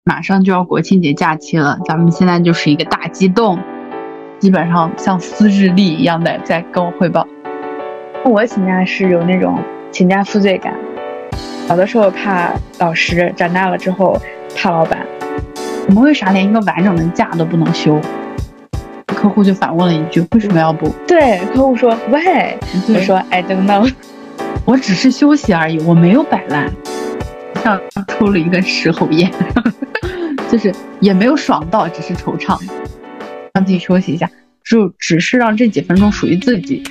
马上就要国庆节假期了，咱们现在就是一个大激动，基本上像撕日历一样的在跟我汇报。 我请假是有那种请假负罪感，小的时候怕老师，长大了之后怕老板。 我们为啥连一个完整的假都不能休？客户就反问了一句：“为什么要不？” 对，客户说 Why？ 我说 I don't know。 我只是休息而已，我没有摆烂。像抽了一根石猴烟，就是也没有爽到，只是惆怅，让自己休息一下，只是让这几分钟属于自己。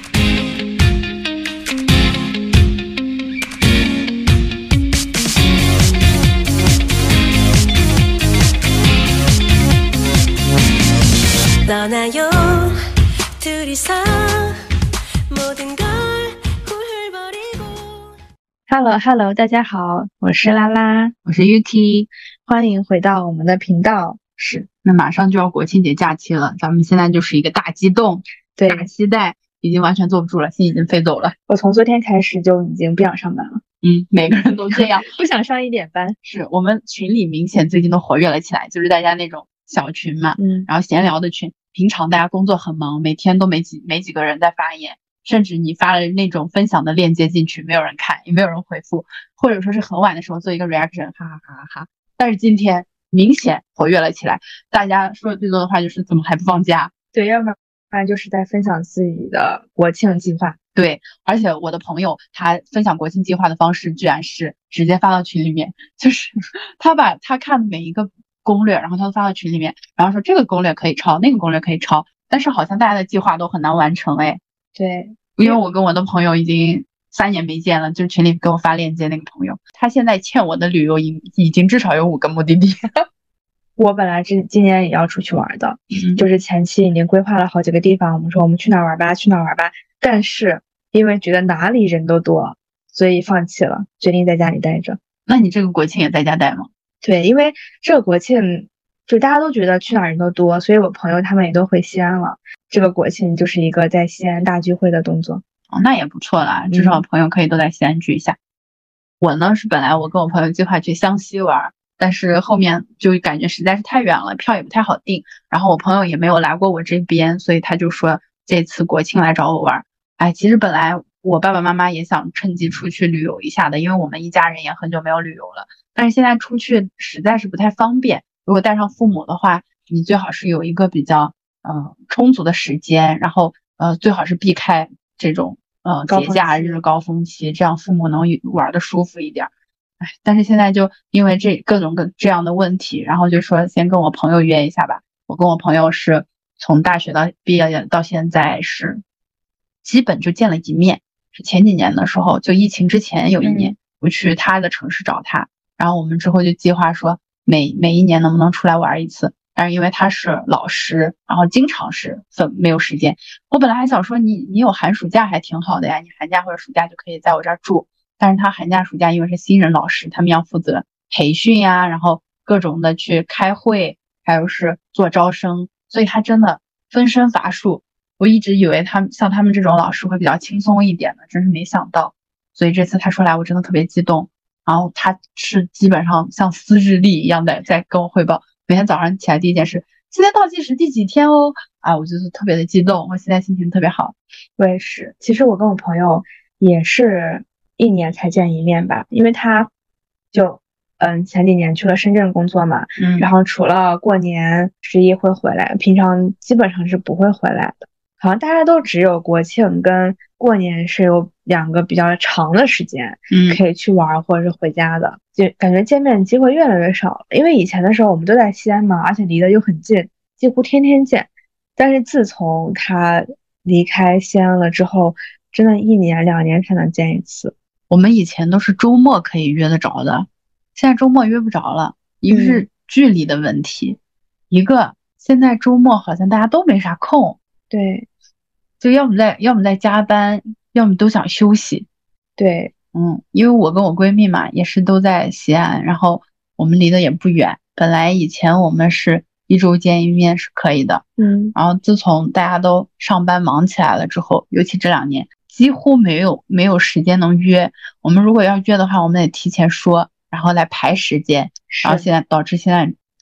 Hello， 大家好，我是拉拉， 我是 Yuki， 欢迎回到我们的频道。 是，那马上就要国庆节假期了，咱们现在就是一个大激动， 对， 大期待，已经完全坐不住了，心已经飞走了。 我从昨天开始就已经不想上班了。 每个人都这样， 不想上1点班。 是我们群里明显最近都活跃了起来，就是大家那种小群嘛，然后闲聊的群，平常大家工作很忙，每天都没几个人在发言。甚至你发了那种分享的链接进去，没有人看，也没有人回复，或者说是很晚的时候做一个 reaction， 哈哈哈哈哈。但是今天明显活跃了起来，大家说的最多的话就是怎么还不放假？ 对，要不然就是在分享自己的国庆计划。 对，而且我的朋友他分享国庆计划的方式居然是直接发到群里面，就是他把他看的每一个攻略，然后他都发到群里面，然后说这个攻略可以抄，那个攻略可以抄，但是好像大家的计划都很难完成哎。 对， 因为我跟我的朋友已经3年没见了，就是群里给我发链接那个朋友，他现在欠我的旅游已经至少有5个目的地。 我本来今年也要出去玩的，就是前期已经规划了好几个地方，我们说我们去哪玩吧，去哪玩吧，但是因为觉得哪里人都多，所以放弃了，决定在家里待着。 那你这个国庆也在家待吗？ 对，因为这个国庆就大家都觉得去哪人都多，所以我朋友他们也都回西安了。这个国庆就是一个在西安大聚会的动作。 那也不错啦，至少朋友可以都在西安聚一下。我呢是本来我跟我朋友计划去湘西玩，但是后面就感觉实在是太远了，票也不太好订，然后我朋友也没有来过我这边，所以他就说这次国庆来找我玩。其实本来我爸爸妈妈也想趁机出去旅游一下的，因为我们一家人也很久没有旅游了，但是现在出去实在是不太方便，如果带上父母的话，你最好是有一个比较充足的时间，然后最好是避开这种节假日高峰期，这样父母能玩的舒服一点。但是现在就因为各种这样的问题，然后就说先跟我朋友约一下吧。我跟我朋友是从大学到毕业到现在是基本就见了一面，是前几年的时候，就疫情之前有一年，我去他的城市找他，然后我们之后就计划说每一年能不能出来玩一次。但是因为他是老师，然后经常是没有时间。我本来还想说你有寒暑假还挺好的呀，你寒假或者暑假就可以在我这儿住。但是他寒假暑假因为是新人老师，他们要负责培训呀，然后各种的去开会，还有是做招生，所以他真的分身乏术。我一直以为像他们这种老师会比较轻松一点的，真是没想到。所以这次他说来我真的特别激动，然后他是基本上像撕日历一样的在跟我汇报。每天早上起来第一件事，今天倒计时第几天哦？我就是特别的激动，我现在心情特别好。 我也是，其实我跟我朋友也是1年才见一面吧，因为他就前几年去了深圳工作嘛，然后除了过年11会回来，平常基本上是不会回来的。好像大家都只有国庆跟过年是有2个比较长的时间可以去玩或者是回家的，就感觉见面机会越来越少了。因为以前的时候我们都在西安嘛，而且离得又很近，几乎天天见。但是自从他离开西安了之后，真的1年2年才能见一次。 我们以前都是周末可以约得着的，现在周末约不着了。一个是距离的问题，一个现在周末好像大家都没啥空。 对， 就要么在加班，要么都想休息。 对， 因为我跟我闺蜜嘛，也是都在西安，然后我们离得也不远。本来以前我们是1周见一面是可以的，然后自从大家都上班忙起来了之后，尤其这2年，几乎没有时间能约。我们如果要约的话，我们得提前说，然后来排时间，然后导致现在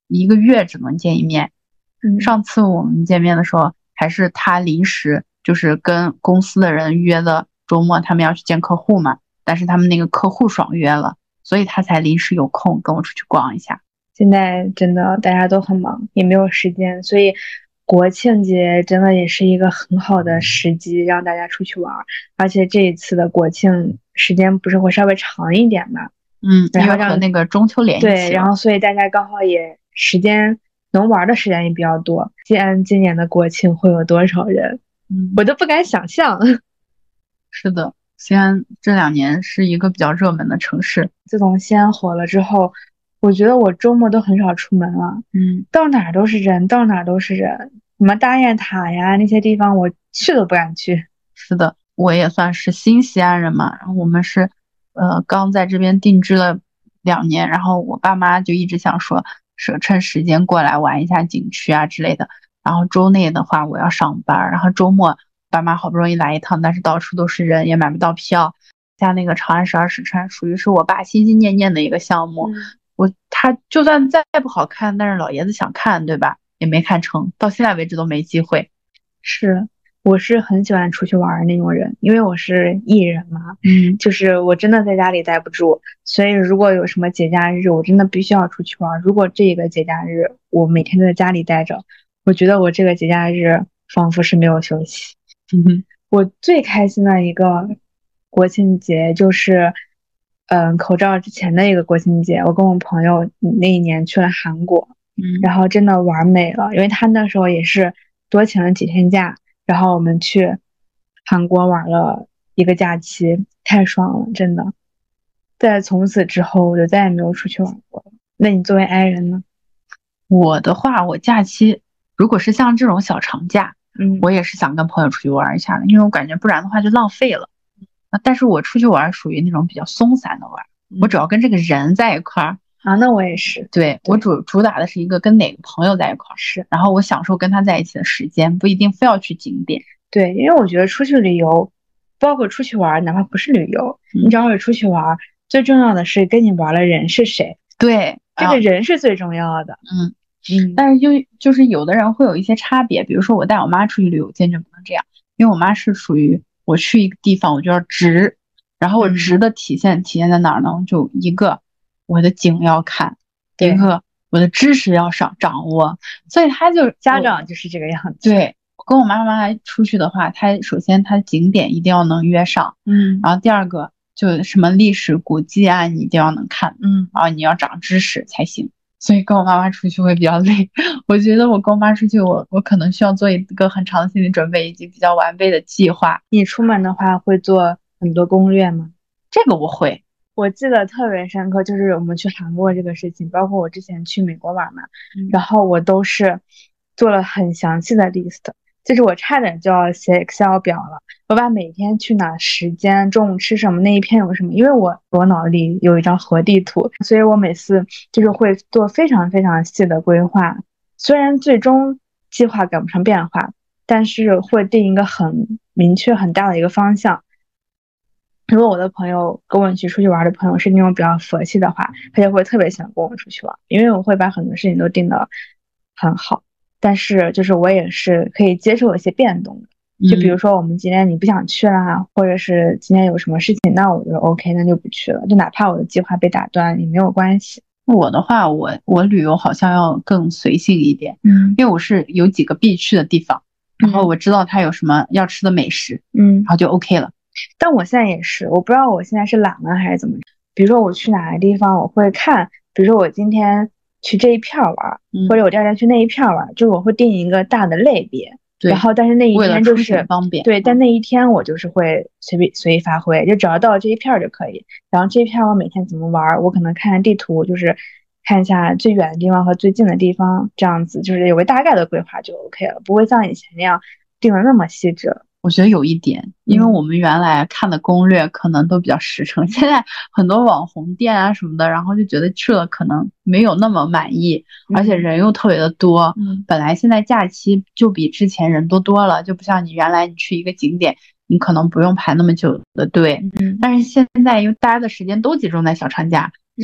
一个月只能见一面。上次我们见面的时候，还是他临时就是跟公司的人约的周末，他们要去见客户嘛，但是他们那个客户爽约了，所以他才临时有空跟我出去逛一下。 现在真的大家都很忙，也没有时间，所以国庆节真的也是一个很好的时机让大家出去玩，而且这一次的国庆时间不是会稍微长一点嘛， 然后和那个中秋连一起， 对，然后所以大家刚好也时间能玩的时间也比较多。西安今年的国庆会有多少人？我都不敢想象。 是的，西安这2年是一个比较热门的城市。 自从西安火了之后，我觉得我周末都很少出门了。到哪都是人，到哪都是人。什么大雁塔呀那些地方，我去都不敢去。 是的，我也算是新西安人嘛。然后我们是，刚在这边定居了2年，然后我爸妈就一直想说，趁时间过来玩一下景区啊之类的。然后周内的话我要上班，然后周末爸妈好不容易来一趟，但是到处都是人，也买不到票。像那个长安12时辰，属于是我爸心心念念的一个项目。他就算再不好看，但是老爷子想看，对吧？也没看成，到现在为止都没机会。 我是很喜欢出去玩的那种人，因为我是艺人嘛，就是我真的在家里待不住，所以如果有什么节假日，我真的必须要出去玩。如果这个节假日我每天都在家里待着，我觉得我这个节假日仿佛是没有休息。我最开心的一个国庆节就是，口罩之前的一个国庆节，我跟我朋友那一年去了韩国，然后真的玩美了，因为他那时候也是多请了几天假，然后我们去韩国玩了一个假期，太爽了，真的。在从此之后，我就再也没有出去玩过了。那你作为 I 人呢？ 我的话，我假期如果是像这种小长假，我也是想跟朋友出去玩一下的，因为我感觉不然的话就浪费了。但是我出去玩属于那种比较松散的玩，我主要跟这个人在一块儿啊。那我也是， 对，我主打的是一个跟哪个朋友在一块儿，然后我享受跟他在一起的时间，不一定非要去景点。 对，因为我觉得出去旅游，包括出去玩，哪怕不是旅游，你只要是出去玩，最重要的是跟你玩的人是谁。 对， 这个人是最重要的。 但是就是有的人会有一些差别，比如说我带我妈出去旅游，坚决不能这样，因为我妈是属于我去一个地方我就要直，然后我直的体现在哪儿呢？就一个我的景要看，一个我的知识要掌握，所以她就家长就是这个样子。 对，我跟我妈妈出去的话，首先她景点一定要能约上，然后第二个就什么历史古迹啊，你一定要能看，然后你要长知识才行。所以跟我妈妈出去会比较累，我觉得我跟我妈出去，我可能需要做一个很长的心理准备以及比较完备的计划。 你出门的话会做很多攻略吗？ 这个我会， 我记得特别深刻，就是我们去韩国这个事情，包括我之前去美国玩嘛，然后我都是做了很详细的 list。就是我差点就要写 Excel 表了，我把每天去哪时间、中午吃什么那一片有什么，因为我脑子里有一张核地图，所以我每次就是会做非常非常细的规划。虽然最终计划赶不上变化，但是会定一个很明确、很大的一个方向。如果我的朋友跟我一起出去玩的朋友是那种比较佛系的话，他就会特别喜欢跟我出去玩，因为我会把很多事情都定得很好。但是就是我也是可以接受一些变动的，就比如说我们今天你不想去啦，或者是今天有什么事情，那我就 OK， 那就不去了，就哪怕我的计划被打断也没有关系。 我的话，我旅游好像要更随性一点，因为我是有几个必去的地方，然后我知道它有什么要吃的美食，然后就 OK 了。 但我现在也是，我不知道我现在是懒了还是怎么，比如说我去哪个地方，我会看，比如说我今天去这一片玩，或者我第二天去那一片玩，就是我会定一个大的类别，然后但是那一天就是方便， 对，但那一天我就是会随意发挥，就只要到这一片就可以。然后这一片我每天怎么玩，我可能看地图，就是看一下最远的地方和最近的地方，这样子就是有个大概的规划就 OK 了，不会像以前那样定的那么细致。 我觉得有一点，因为我们原来看的攻略可能都比较实诚，现在很多网红店啊什么的，然后就觉得去了可能没有那么满意，而且人又特别的多。本来现在假期就比之前人多了，就不像你原来你去一个景点，你可能不用排那么久的队。但是现在因为大家的时间都集中在小长假，所以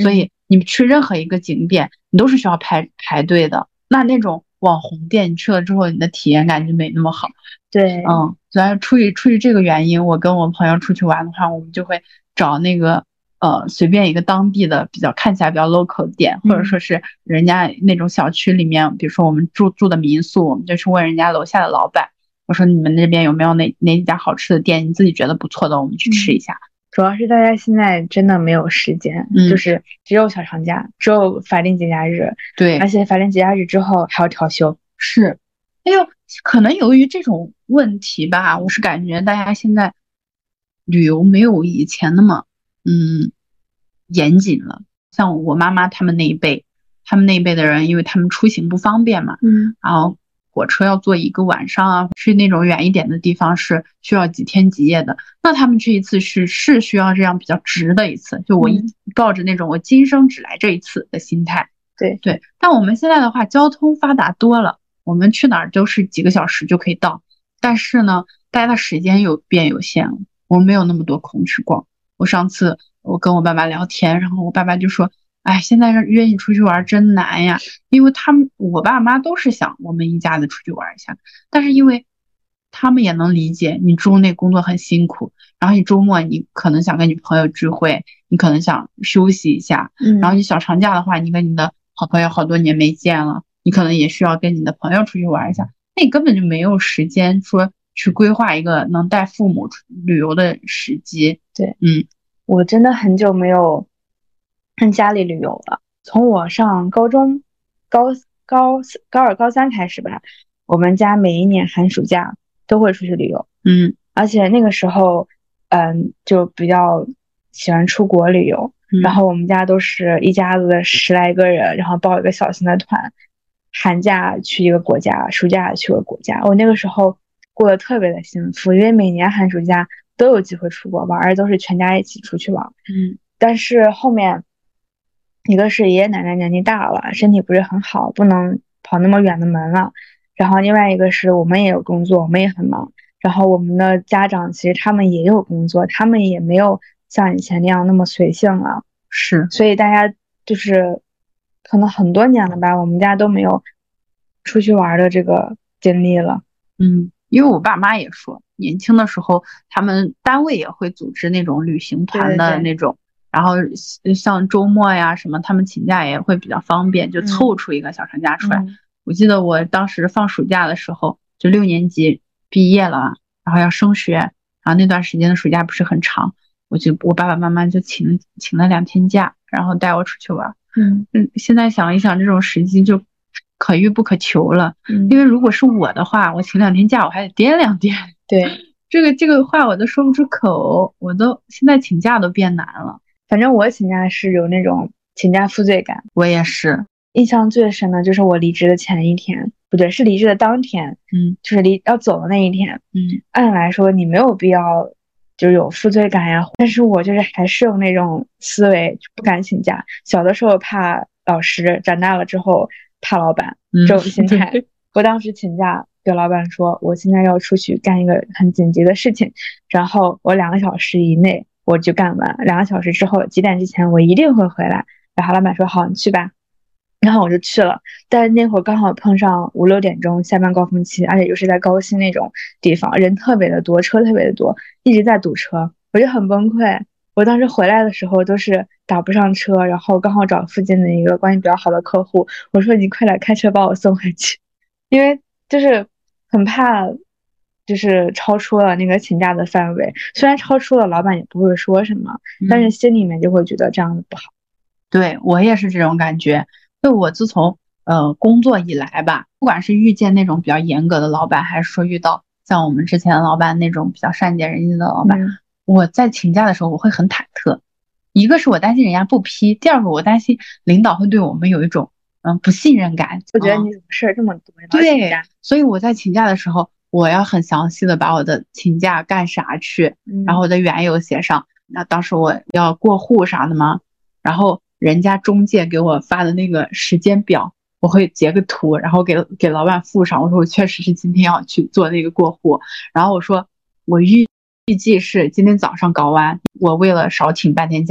你去任何一个景点，你都是需要排队的。那种网红店，你去了之后，你的体验感就没那么好。 对， 所以出于这个原因，我跟我朋友出去玩的话，我们就会找那个随便一个当地的看起来比较 local 的店，或者说是人家那种小区里面，比如说我们住的民宿，我们就去问人家楼下的老板，我说你们那边有没有哪一家好吃的店，你自己觉得不错的，我们去吃一下。 主要是大家现在真的没有时间，就是只有小长假，只有法定节假日， 对， 而且法定节假日之后还要调休。 是，可能由于这种问题吧，我是感觉大家现在旅游没有以前那么严谨了。像我妈妈他们那一辈的人，因为他们出行不方便嘛，然后火车要坐一个晚上啊，去那种远一点的地方是需要几天几夜的。那他们去一次是需要这样比较值的一次，就我抱着那种我今生只来这一次的心态。对，但我们现在的话，交通发达多了，我们去哪儿都是几个小时就可以到。但是呢，大家的时间有限了，我们没有那么多空去逛。上次我跟我爸爸聊天，然后我爸爸就说：“哎，现在约你出去玩真难呀，因为我爸妈都是想我们一家子出去玩一下，但是因为他们也能理解你周内工作很辛苦，然后你周末你可能想跟你朋友聚会，你可能想休息一下，然后你小长假的话，你跟你的好朋友好多年没见了，你可能也需要跟你的朋友出去玩一下，那你根本就没有时间说去规划一个能带父母旅游的时机。” 对，我真的很久没有跟家里旅游了。从我上高中高二高三开始吧，我们家每一年寒暑假都会出去旅游。而且那个时候就比较喜欢出国旅游，然后我们家都是一家子10来个人，然后报一个小型的团，寒假去一个国家，暑假去个国家。我那个时候过得特别的幸福，因为每年寒暑假都有机会出国玩，而都是全家一起出去玩。但是后面一个是爷爷奶奶年纪大了，身体不是很好，不能跑那么远的门了，然后另外一个是我们也有工作，我们也很忙，然后我们的家长其实他们也有工作，他们也没有像以前那样那么随性了。 是， 所以大家就是可能很多年了吧，我们家都没有出去玩的这个经历了。 因为我爸妈也说，年轻的时候他们单位也会组织那种旅行团的那种，然后像周末呀什么，他们请假也会比较方便，就凑出一个小长假出来。我记得我当时放暑假的时候，就6年级毕业了，然后要升学，然后那段时间的暑假不是很长，我爸爸妈妈就请了2天假，然后带我出去玩。现在想一想，这种时机就可遇不可求了。因为如果是我的话，我请2天假，我还得掂量掂。 对， 这个话我都说不出口，现在请假都变难了。 反正我请假是有那种请假负罪感。 我也是， 印象最深的就是我离职的前一天，不对，是离职的当天。就是要走的那一天。按理来说你没有必要就有负罪感呀，但是我就是还是有那种思维，不敢请假。小的时候怕老师，长大了之后怕老板，这种心态。我当时请假对老板说，我现在要出去干一个很紧急的事情，然后我2个小时以内我就干完，2个小时之后几点之前我一定会回来。然后老板说好，你去吧。然后我就去了，但是那会儿刚好碰上5、6点钟下班高峰期，而且又是在高新那种地方，人特别的多，车特别的多，一直在堵车，我就很崩溃。我当时回来的时候都是打不上车，然后刚好找附近的一个关系比较好的客户，我说你快点开车把我送回去，因为就是很怕就是超出了那个请假的范围，虽然超出了老板也不会说什么，但是心里面就会觉得这样的不好。 对，我也是这种感觉。就我自从工作以来吧，不管是遇见那种比较严格的老板，还是说遇到像我们之前的老板那种比较善解人意的老板，我在请假的时候我会很忐忑。一个是我担心人家不批，第二个我担心领导会对我们有一种不信任感。 我觉得你怎么事儿这么多？ 对，所以我在请假的时候，我要很详细的把我的请假干啥去，然后我的缘由写上。那当时我要过户啥的嘛，然后人家中介给我发的那个时间表，我会截个图，然后给老板附上。我说我确实是今天要去做那个过户，然后我说我预计是今天早上搞完，我为了少请半天假，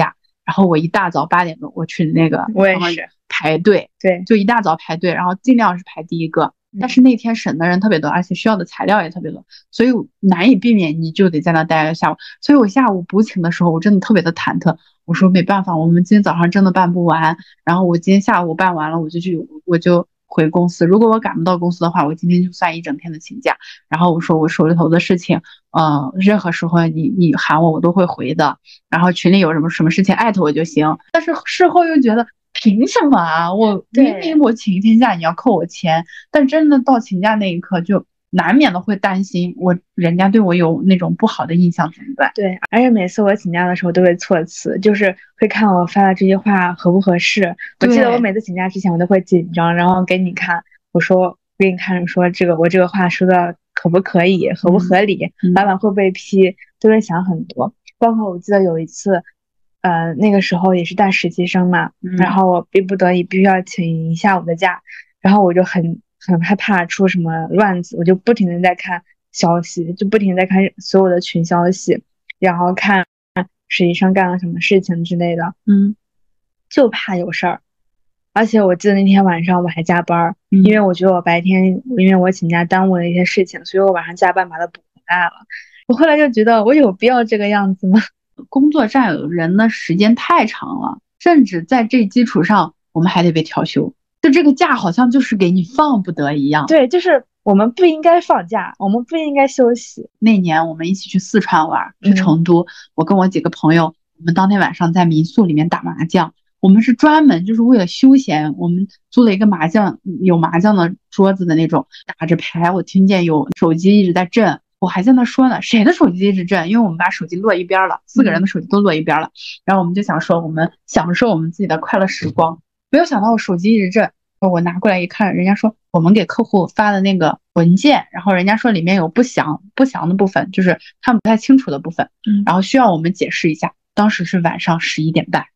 然后我一大早8点钟我去那个， 我也是排队， 对， 就一大早排队，然后尽量是排第一个。但是那天审的人特别多，而且需要的材料也特别多，所以难以避免你就得在那待个下午。所以我下午补请的时候，我真的特别的忐忑。我说没办法，我们今天早上真的办不完，然后我今天下午办完了，我就回公司。如果我赶不到公司的话，我今天就算一整天的请假。然后我说我手里头的事情，任何时候你喊我都会回的。然后群里有什么事情艾特我就行。但是事后又觉得。凭什么啊？我明明我请一天假，你要扣我钱，但真的到请假那一刻，就难免的会担心人家对我有那种不好的印象怎么办？ 对，而且每次我请假的时候都会措辞，就是会看我发的这句话合不合适。我记得我每次请假之前我都会紧张，然后给你看，我说给你看说我这个话说的可不可以，合不合理，老板会不会批，都会想很多。包括我记得有一次。那个时候也是带实习生嘛，然后我逼不得已必须要请一下午的假，然后我就很害怕出什么乱子，我就不停的在看消息，就不停的在看所有的群消息，然后看实习生干了什么事情之类的，就怕有事儿。而且我记得那天晚上我还加班，因为我觉得我白天因为我请假耽误了一些事情，所以我晚上加班把它补回来了。我后来就觉得我有必要这个样子吗？ 工作占有人的时间太长了，甚至在这基础上，我们还得被调休。就这个假好像就是给你放不得一样。 对，就是我们不应该放假，我们不应该休息。 那年我们一起去四川玩，去成都，我跟我几个朋友，我们当天晚上在民宿里面打麻将。我们是专门就是为了休闲，我们租了一个有麻将的桌子的那种，打着牌，我听见有手机一直在震。我还在那说呢，谁的手机一直震？因为我们把手机落一边了，4个人的手机都落一边了。然后我们就想说，我们享受我们自己的快乐时光。没有想到我手机一直震，我拿过来一看，人家说我们给客户发的那个文件，然后人家说里面有不详的部分，就是看不太清楚的部分，然后需要我们解释一下。当时是晚上11点半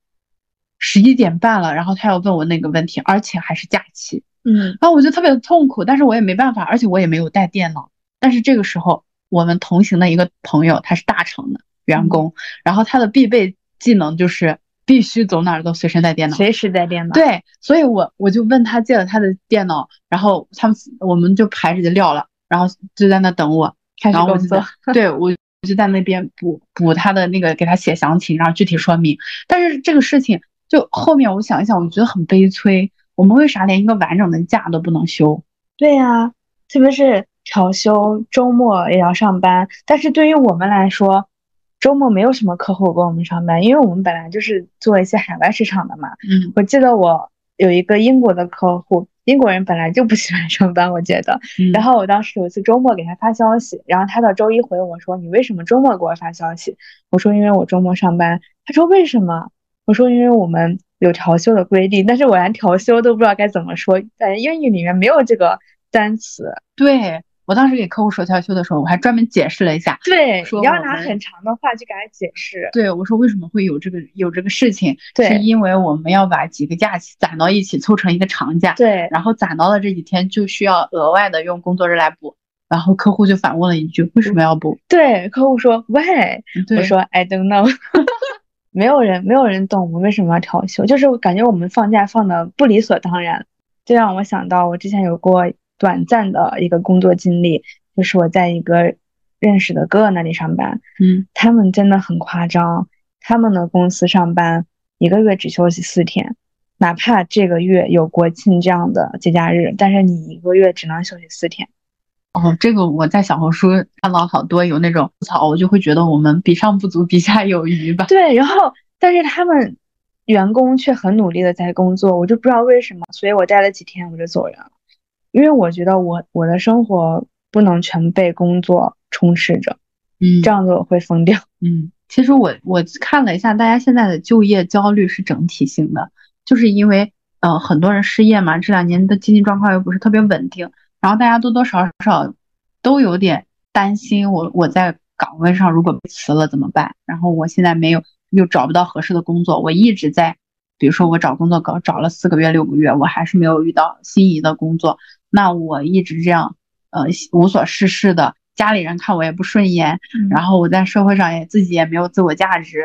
，11点半了，然后他要问我那个问题，而且还是假期，然后我就特别的痛苦，但是我也没办法，而且我也没有带电脑。但是这个时候，我们同行的一个朋友，他是大厂的员工，然后他的必备技能就是必须走哪儿都随身带电脑， 随时带电脑。 对，所以我就问他借了他的电脑，然后我们就排着就撂了，然后就在那等我开始工作。 对，我就在那边补他的那个，给他写详情，然后具体说明。但是这个事情就后面我想一想，我觉得很悲催，我们为啥连一个完整的假都不能休？ 对呀，特别是调休，周末也要上班。但是对于我们来说，周末没有什么客户跟我们上班，因为我们本来就是做一些海外市场的嘛。我记得我有一个英国的客户，英国人本来就不喜欢上班，我觉得。然后我当时有一次周末给他发消息，然后他到周一回我说：“你为什么周末给我发消息？”我说：“因为我周末上班。”他说：“为什么？”我说：“因为我们有调休的规定。”但是我连调休都不知道该怎么说，在英语里面没有这个单词。 对，我当时给客户说调休的时候，我还专门解释了一下。 对，你要拿很长的话去给他解释。 对，我说为什么会有这个事情？ 对， 是因为我们要把几个假期攒到一起，凑成一个长假。 对， 然后攒到了这几天，就需要额外的用工作日来补。然后客户就反问了一句：“为什么要补？” 对，客户说 ：“Why？” 我说 ：“I don't know。”没有人懂我们为什么要调休，就是我感觉我们放假放的不理所当然。这让我想到我之前有过短暂的一个工作经历，就是我在一个认识的哥哥那里上班，他们真的很夸张，他们的公司上班1个月只休息4天，哪怕这个月有国庆这样的节假日，但是你1个月只能休息4天。 这个我在小红书看到好多有那种吐槽，我就会觉得我们比上不足，比下有余吧。 对，然后但是他们员工却很努力的在工作，我就不知道为什么，所以我待了几天我就走人了，因为我觉得我的生活不能全被工作充斥着，这样子我会疯掉。 其实我看了一下，大家现在的就业焦虑是整体性的，就是因为很多人失业嘛，这2年的经济状况又不是特别稳定。然后大家多多少少都有点担心，我在岗位上如果被辞了怎么办？然后我现在又找不到合适的工作，我一直在，比如说我找工作找了4个月、6个月，我还是没有遇到心仪的工作，那我一直这样无所事事的，家里人看我也不顺眼，然后我在社会上自己也没有自我价值，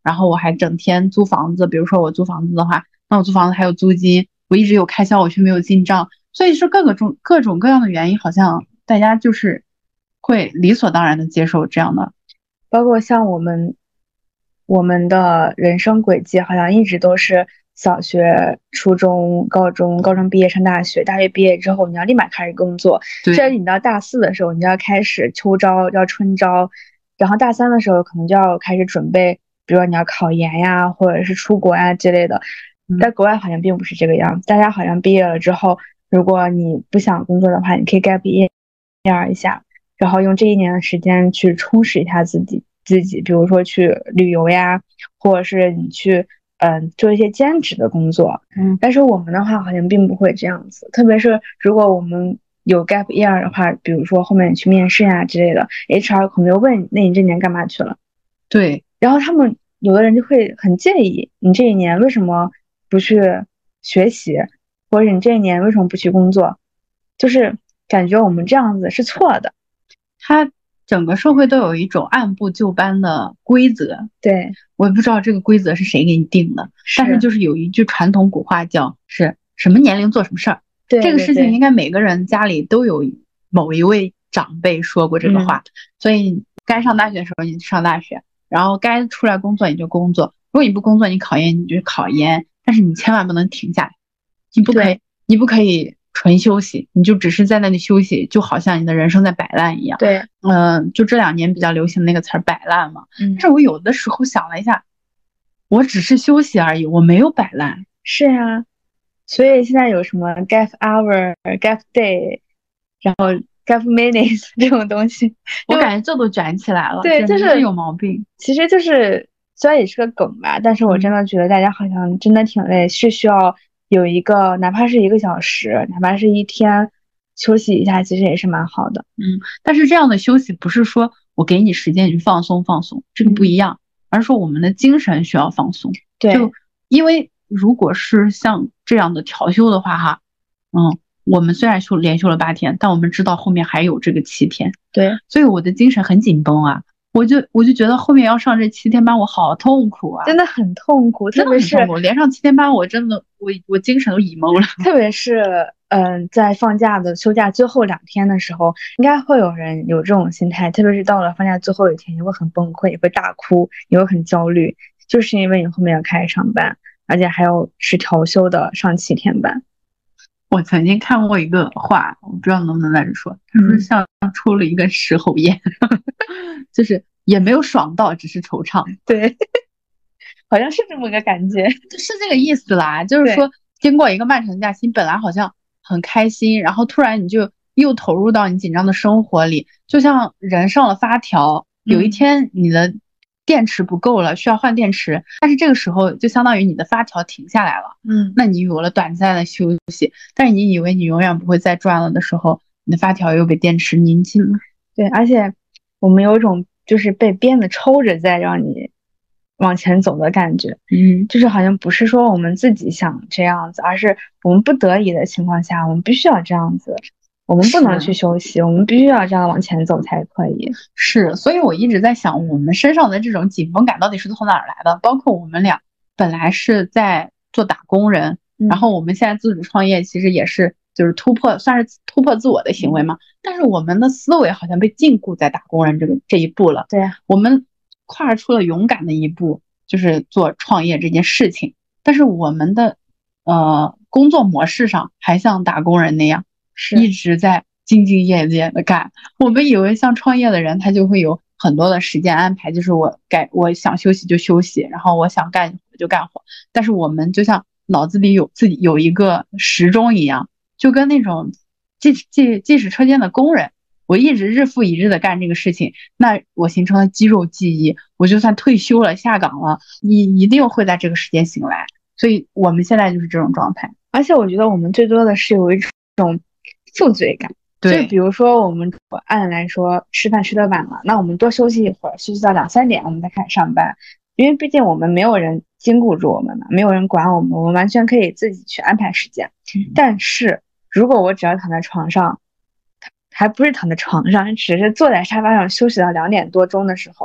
然后我还整天租房子，比如说我租房子的话，那我租房子还有租金，我一直有开销，我却没有进账，所以说各种各样的原因，好像大家就是会理所当然的接受这样的。 包括像我们的人生轨迹，好像一直都是小学、初中、高中，高中毕业上大学，大学毕业之后你要立马开始工作，这你到大4的时候，你就要开始秋招，要春招，然后大3的时候可能就要开始准备，比如说你要考研呀，或者是出国呀之类的。在国外好像并不是这个样子，大家好像毕业了之后，如果你不想工作的话，你可以 gap year 一下，然后用这1年的时间去充实一下自己，比如说去旅游呀，或者是你去做一些兼职的工作。但是我们的话好像并不会这样子，特别是如果我们有 gap year 的话，比如说后面你去面试呀之类的，HR 可能就问你，那你这年干嘛去了？ 对， 然后他们有的人就会很介意你这1年为什么不去学习，或者你这1年为什么不去工作，就是感觉我们这样子是错的。 他整个社会都有一种按部就班的规则， 对， 我也不知道这个规则是谁给你定的，但是就是有一句传统古话叫是什么年龄做什么事儿。 对， 这个事情应该每个人家里都有某一位长辈说过这个话，所以该上大学的时候你就上大学，然后该出来工作你就工作，如果你不工作你考研你就考研，但是你千万不能停下来，你不可以纯休息，你就只是在那里休息，就好像你的人生在摆烂一样。 对， 就这2年比较流行的那个词儿摆烂嘛。但是我有的时候想了一下，我只是休息而已，我没有摆烂。 是呀，所以现在有什么 gap hour、gap day， 然后 gap minutes 这种东西， 我感觉这都卷起来了。 对， 就是有毛病。 其实就是虽然也是个梗吧，但是我真的觉得大家好像真的挺累，是需要有一个哪怕是1个小时，哪怕是1天休息一下，其实也是蛮好的。 但是这样的休息不是说我给你时间去放松，这个不一样，而是说我们的精神需要放松。 对， 就因为如果是像这样的调休的话哈，我们虽然连休了8天，但我们知道后面还有这个7天。 对， 所以我的精神很紧绷啊，我就觉得后面要上这7天班，我好痛苦啊， 真的很痛苦，特别是连上7天班，我真的我精神都 emo 了。 特别是在放假的休假最后2天的时候，应该会有人有这种心态，特别是到了放假最后1天，你会很崩溃，你会大哭，你会很焦虑，就是因为你后面要开始上班，而且还有是调休的上7天班。 我曾经看过一个话，我不知道能不能在这说，他说像抽了一个事后烟，就是也没有爽到，只是惆怅。 对，好像是这么个感觉， 是这个意思啦。就是说，经过一个漫长假期，本来好像很开心，然后突然你就又投入到你紧张的生活里，就像人上了发条，有一天你的电池不够了，需要换电池，但是这个时候就相当于你的发条停下来了。那你有了短暂的休息，但是你以为你永远不会再转了的时候，你的发条又被电池拧紧了。 对，而且我们有一种就是被鞭子抽着在让你往前走的感觉。就是好像不是说我们自己想这样子，而是我们不得已的情况下，我们必须要这样子，我们不能去休息，我们必须要这样往前走才可以。 是，所以我一直在想，我们身上的这种紧绷感到底是从哪儿来的？包括我们俩本来是在做打工人，然后我们现在自主创业，其实也是就是算是突破自我的行为嘛。但是我们的思维好像被禁锢在打工人这一步了。 对， 我们跨出了勇敢的一步，就是做创业这件事情。但是我们的工作模式上还像打工人那样，一直在兢兢业业的干。我们以为像创业的人，他就会有很多的时间安排，就是我想休息就休息，然后我想干活就干活。但是我们就像脑子里自己有一个时钟一样，就跟那种计时车间的工人，我一直日复一日的干这个事情，那我形成了肌肉记忆，我就算退休了下岗了，你一定会在这个时间醒来。所以我们现在就是这种状态。 而且我觉得我们最多的是有一种负罪感。 对， 就比如说我们按来说吃饭吃得晚了，那我们多休息一会儿，休息到2、3点我们再开始上班，因为毕竟我们没有人禁锢住我们嘛，没有人管我们，我们完全可以自己去安排时间。但是如果我只要躺在床上，还不是躺在床上，只是坐在沙发上休息到2点多钟的时候，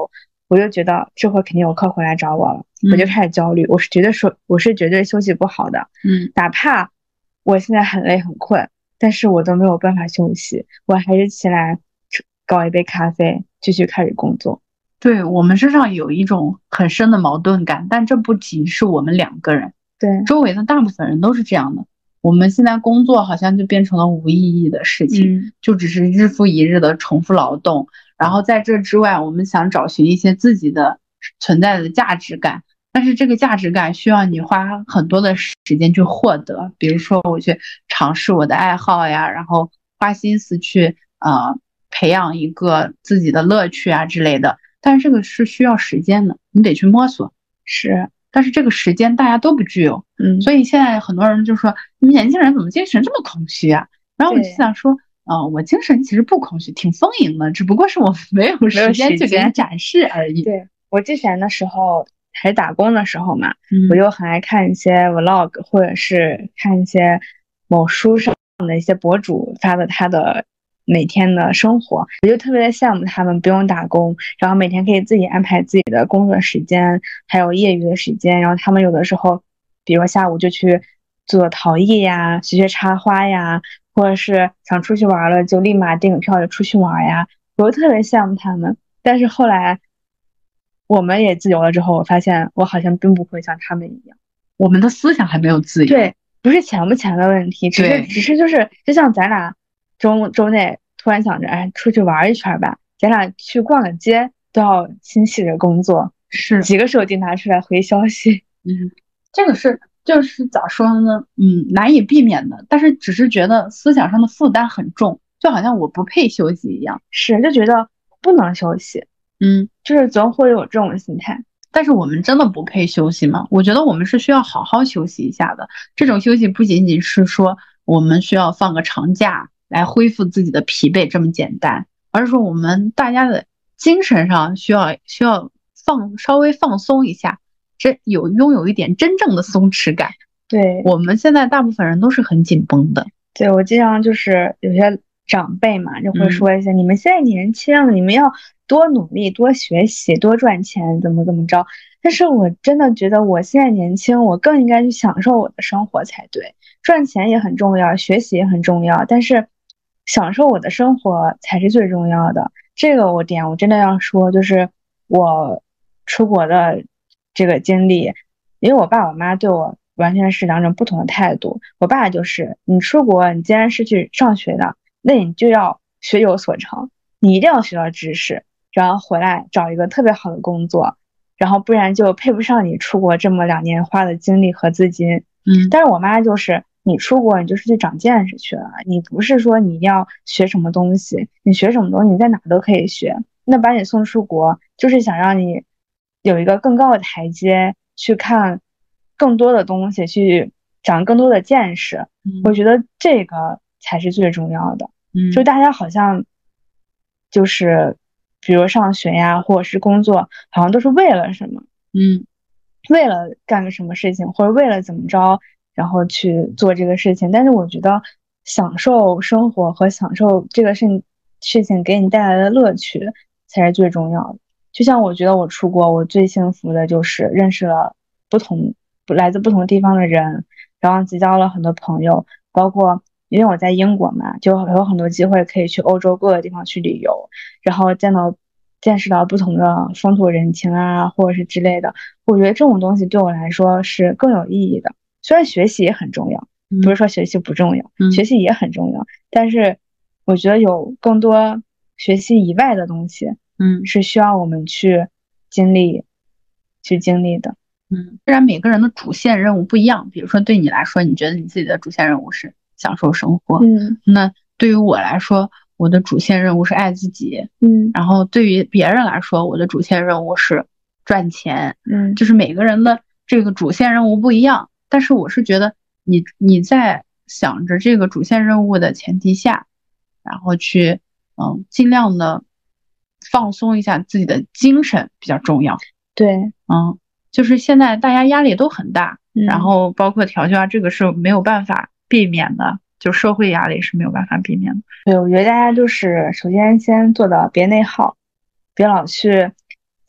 我就觉得这会肯定有客户来找我了，我就开始焦虑。我是绝对休息不好的，哪怕我现在很累很困，但是我都没有办法休息，我还是起来搞一杯咖啡，继续开始工作。 对，我们身上有一种很深的矛盾感，但这不仅是我们2个人， 对， 周围的大部分人都是这样的。我们现在工作好像就变成了无意义的事情，就只是日复一日的重复劳动。然后在这之外，我们想找寻一些自己的存在的价值感，但是这个价值感需要你花很多的时间去获得。比如说我去尝试我的爱好呀，然后花心思去培养一个自己的乐趣啊之类的。但是这个是需要时间的，你得去摸索。 是， 但是这个时间大家都不具有，所以现在很多人就说你们年轻人怎么精神这么空虚啊？然后我就想说，我精神其实不空虚，挺丰盈的，只不过是我没有时间去给你展示而已。 对，我之前的时候还打工的时候嘛，我就很爱看一些 vlog， 或者是看一些某书上的一些博主发的他的每天的生活，我就特别的羡慕他们不用打工，然后每天可以自己安排自己的工作时间，还有业余的时间。然后他们有的时候，比如下午就去做陶艺呀，学插花呀，或者是想出去玩了就立马订个票就出去玩呀，我就特别羡慕他们。但是后来我们也自由了之后，我发现我好像并不会像他们一样， 我们的思想还没有自由。 对，不是钱不钱的问题，只是就是就像咱俩周内突然想着，哎，出去玩一圈吧，咱俩去逛个街都要心系着工作， 是几个手机拿出来回消息。 这个就是咋说呢？难以避免的，但是只是觉得思想上的负担很重，就好像我不配休息一样。 是，就觉得不能休息。就是总会有这种心态。 但是我们真的不配休息吗？我觉得我们是需要好好休息一下的。这种休息不仅仅是说我们需要放个长假来恢复自己的疲惫这么简单，而是说我们大家的精神上需要稍微放松一下，拥有一点真正的松弛感。 对， 我们现在大部分人都是很紧绷的。 对，我经常就是有些长辈嘛，就会说一些你们现在年轻，你们要多努力，多学习，多赚钱，怎么着。但是我真的觉得我现在年轻，我更应该去享受我的生活才对。赚钱也很重要，学习也很重要，但是享受我的生活才是最重要的。这个我真的要说，就是我出国的这个经历，因为我爸我妈对我完全是2种不同的态度。我爸就是你出国，你既然是去上学的，那你就要学有所成，你一定要学到知识，然后回来找一个特别好的工作，然后不然就配不上你出国这么2年花的精力和资金。但是我妈就是你出国你就是去长见识去了，你不是说你一定要学什么东西，你学什么东西你在哪都可以学，那把你送出国就是想让你有一个更高的台阶，去看更多的东西，去长更多的见识。我觉得这个才是最重要的。就大家好像就是比如上学呀，或者是工作，好像都是为了什么，为了干个什么事情，或者为了怎么着，然后去做这个事情。但是我觉得享受生活和享受这个事情给你带来的乐趣才是最重要的。就像我觉得我出国，我最幸福的就是认识了来自不同地方的人，然后结交了很多朋友，包括因为我在英国嘛，就有很多机会可以去欧洲各个地方去旅游，然后见识到不同的风土人情啊，或者是之类的。我觉得这种东西对我来说是更有意义的。虽然学习也很重要，不是说学习不重要，学习也很重要，但是我觉得有更多学习以外的东西，是需要我们去经历的。 虽然每个人的主线任务不一样，比如说对你来说，你觉得你自己的主线任务是享受生活，那对于我来说，我的主线任务是爱自己，然后对于别人来说，我的主线任务是赚钱，就是每个人的这个主线任务不一样，但是我是觉得你在想着这个主线任务的前提下，然后去尽量的放松一下自己的精神比较重要。 对， 就是现在大家压力都很大，然后包括调休啊，这个是没有办法避免的，就社会压力是没有办法避免的。 对，我觉得大家就是首先先做到别内耗，别老去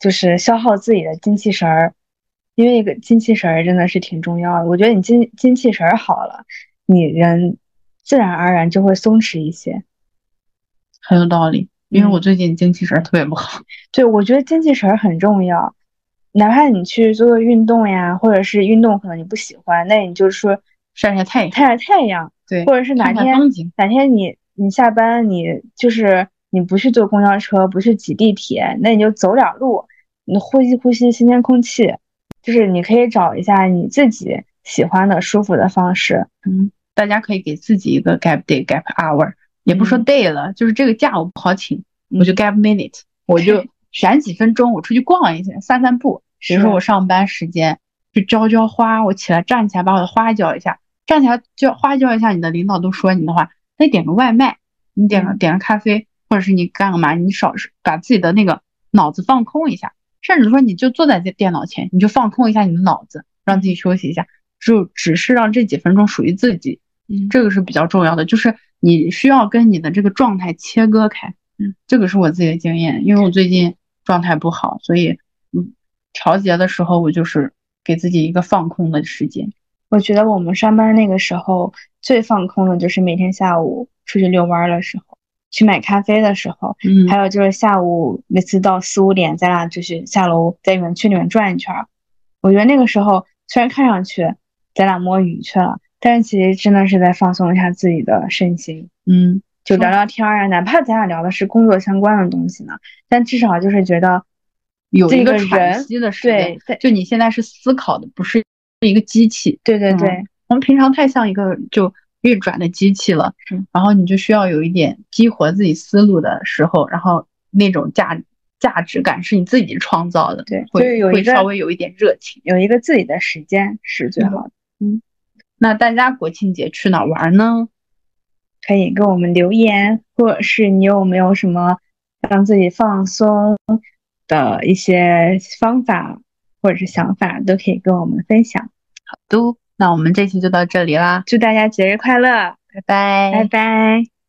就是消耗自己的精气神儿，因为一个精气神儿真的是挺重要的。我觉得你精气神儿好了，你人自然而然就会松弛一些。 很有道理，因为我最近精气神儿特别不好。 对，我觉得精气神儿很重要，哪怕你去做做运动呀，或者是运动可能你不喜欢，那你就是说晒晒太阳， 晒晒太阳， 对， 或者是哪天你下班你就是你不去坐公交车，不去挤地铁，那你就走点路，你呼吸呼吸新鲜空气，就是你可以找一下你自己喜欢的舒服的方式。 大家可以给自己一个 gap day gap hour，也不说 day 了，就是这个假我不好请，我就 gap minute，我就选几分钟，我出去逛一下，散散步。比如说我上班时间去浇花，我起来站起来把我的花浇一下，站起来花浇一下，你的领导都说你的话，那你点个外卖，你点个咖啡，或者是你干个嘛，你少把自己的那个脑子放空一下，甚至说你就坐在这电脑前，你就放空一下你的脑子，让自己休息一下，只是让这几分钟属于自己。这个是比较重要的，就是你需要跟你的这个状态切割开。这个是我自己的经验，因为我最近状态不好，所以调节的时候我就是给自己一个放空的时间。 我觉得我们上班那个时候最放空的就是每天下午出去遛弯的时候，去买咖啡的时候，还有就是下午每次到4、5点，咱俩就是下楼在园区里面转一圈。我觉得那个时候虽然看上去咱俩摸鱼去了，但是其实真的是在放松一下自己的身心。就聊聊天啊，哪怕咱俩聊的是工作相关的东西呢，但至少就是觉得有一个喘息的时间。 对， 就你现在是思考的，不是一个机器。 对， 我们平常太像一个就运转的机器了，然后你就需要有一点激活自己思路的时候，然后那种价值感是你自己创造的， 对， 会稍微有一点热情， 有一个自己的时间是最好的。 那大家国庆节去哪玩呢？ 可以给我们留言，或者是你有没有什么让自己放松的一些方法或者是想法，都可以跟我们分享。 好的，那我们这期就到这里啦， 祝大家节日快乐， 拜拜， 拜拜。